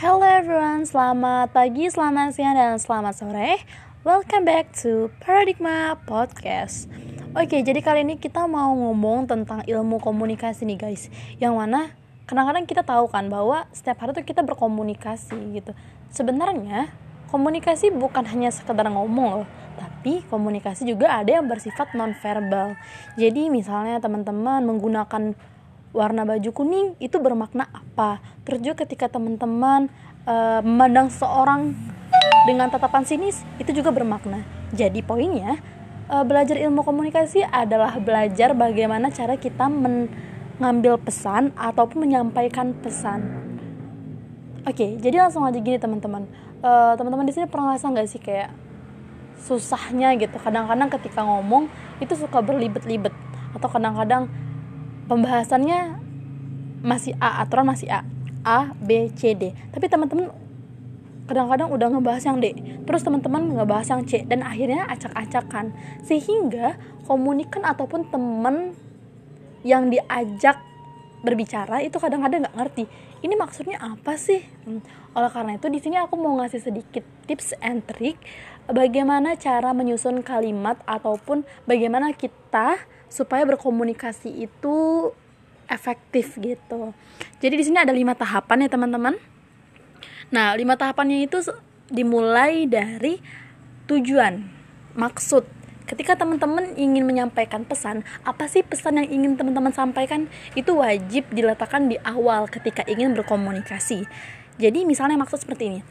Hello everyone, selamat pagi, selamat siang, dan selamat sore. Welcome back to Paradigma Podcast. Oke, jadi kali ini kita mau ngomong tentang ilmu komunikasi nih guys. Yang mana kadang-kadang kita tahu kan bahwa setiap hari tuh kita berkomunikasi gitu. Sebenarnya komunikasi bukan hanya sekedar ngomong loh, tapi komunikasi juga ada yang bersifat non-verbal. Jadi misalnya teman-teman menggunakan warna baju kuning itu bermakna apa. Terus juga ketika teman-teman memandang seorang dengan tatapan sinis itu juga bermakna. Jadi poinnya belajar ilmu komunikasi adalah belajar bagaimana cara kita mengambil pesan ataupun menyampaikan pesan. Oke, jadi langsung aja gini teman-teman. Teman-teman di sini pernah ngerasa nggak sih kayak susahnya gitu? Kadang-kadang ketika ngomong itu suka berlibet-libet atau kadang-kadang pembahasannya masih aturan masih A, B, C, D. Tapi teman-teman kadang-kadang udah ngebahas yang D, terus teman-teman ngebahas yang C, dan akhirnya acak-acakan. Sehingga komunikan ataupun teman yang diajak berbicara itu kadang-kadang nggak ngerti. Ini maksudnya apa sih? Oleh karena itu di sini aku mau ngasih sedikit tips and trick bagaimana cara menyusun kalimat ataupun bagaimana kita supaya berkomunikasi itu efektif gitu. Jadi di sini ada 5 tahapan ya teman-teman. Nah, 5 tahapannya itu dimulai dari tujuan, maksud. Ketika teman-teman ingin menyampaikan pesan, apa sih pesan yang ingin teman-teman sampaikan? Itu wajib diletakkan di awal ketika ingin berkomunikasi. Jadi misalnya maksud seperti ini.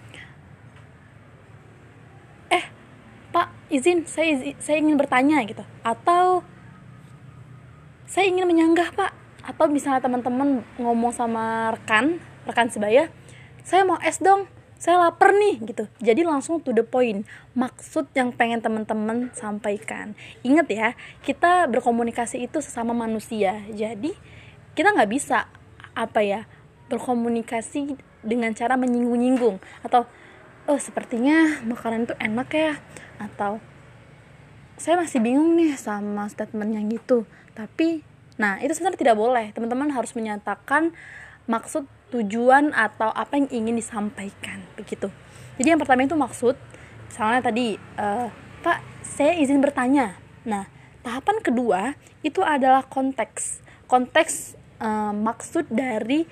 Pak, izin, saya ingin bertanya gitu. Atau saya ingin menyanggah Pak. Atau misalnya teman-teman ngomong sama rekan sebaya, saya mau es dong, saya lapar nih gitu. Jadi langsung to the point, maksud yang pengen teman-teman sampaikan. Ingat ya, kita berkomunikasi itu sesama manusia. Jadi kita nggak bisa berkomunikasi dengan cara menyinggung-nyinggung atau sepertinya makanan itu enak ya, atau saya masih bingung nih sama statement yang gitu. Tapi itu sebenarnya tidak boleh. Teman-teman harus menyatakan maksud, tujuan atau apa yang ingin disampaikan begitu. Jadi yang pertama itu maksud. Misalnya tadi Pak, saya izin bertanya. Nah, tahapan kedua itu adalah konteks maksud dari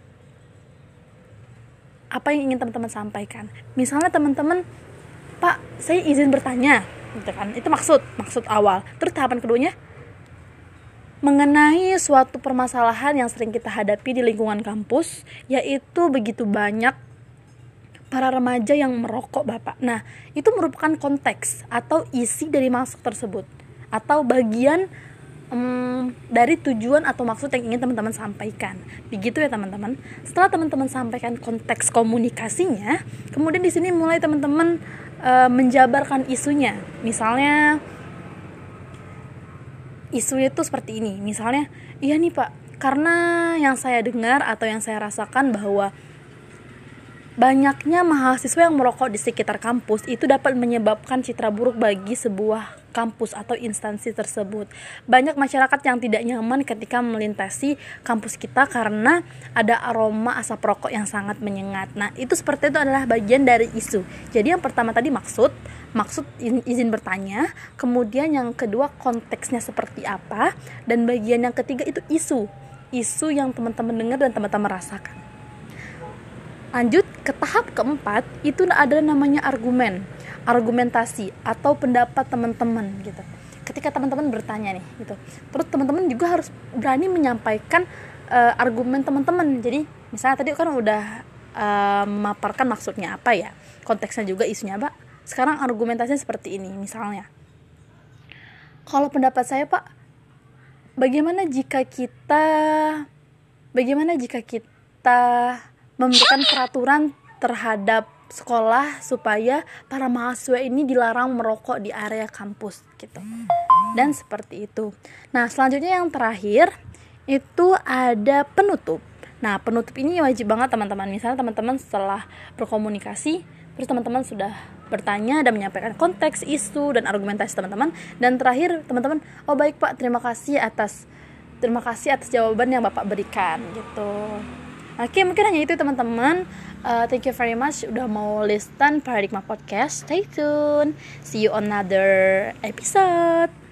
apa yang ingin teman-teman sampaikan. Misalnya teman-teman, Pak, saya izin bertanya gitu kan. Itu maksud awal. Terus tahapan keduanya mengenai suatu permasalahan yang sering kita hadapi di lingkungan kampus, yaitu begitu banyak para remaja yang merokok Bapak. Nah, itu merupakan konteks atau isi dari maksud tersebut, atau bagian dari tujuan atau maksud yang ingin teman-teman sampaikan. Begitu ya teman-teman. Setelah teman-teman sampaikan konteks komunikasinya, kemudian di sini mulai teman-teman menjabarkan isunya. Misalnya isunya itu seperti ini. Misalnya, iya nih Pak, karena yang saya dengar atau yang saya rasakan bahwa banyaknya mahasiswa yang merokok di sekitar kampus itu dapat menyebabkan citra buruk bagi sebuah kampus atau instansi tersebut. Banyak masyarakat yang tidak nyaman ketika melintasi kampus kita karena ada aroma asap rokok yang sangat menyengat. Nah, itu seperti itu adalah bagian dari isu. Jadi yang pertama tadi maksud izin bertanya, kemudian yang kedua konteksnya seperti apa, dan bagian yang ketiga itu isu yang teman-teman dengar dan teman-teman rasakan. Lanjut ke tahap keempat, itu ada namanya argumentasi atau pendapat teman-teman gitu. Ketika teman-teman bertanya nih gitu, terus teman-teman juga harus berani menyampaikan argumen teman-teman. Jadi misalnya tadi kan udah memaparkan maksudnya apa ya, konteksnya juga isunya Pak. Sekarang argumentasinya seperti ini. Misalnya, kalau pendapat saya Pak, bagaimana jika kita memberikan peraturan terhadap sekolah supaya para mahasiswa ini dilarang merokok di area kampus gitu. Dan seperti itu. Nah, selanjutnya yang terakhir itu ada penutup. Nah, penutup ini wajib banget teman-teman. Misalnya teman-teman setelah berkomunikasi, terus teman-teman sudah bertanya dan menyampaikan konteks, isu, dan argumentasi teman-teman. Dan terakhir teman-teman, oh baik Pak, terima kasih atas jawaban yang Bapak berikan gitu. Oke, mungkin hanya itu teman-teman. Thank you very much udah mau listen Paradigma Podcast. Stay tune. See you on another episode.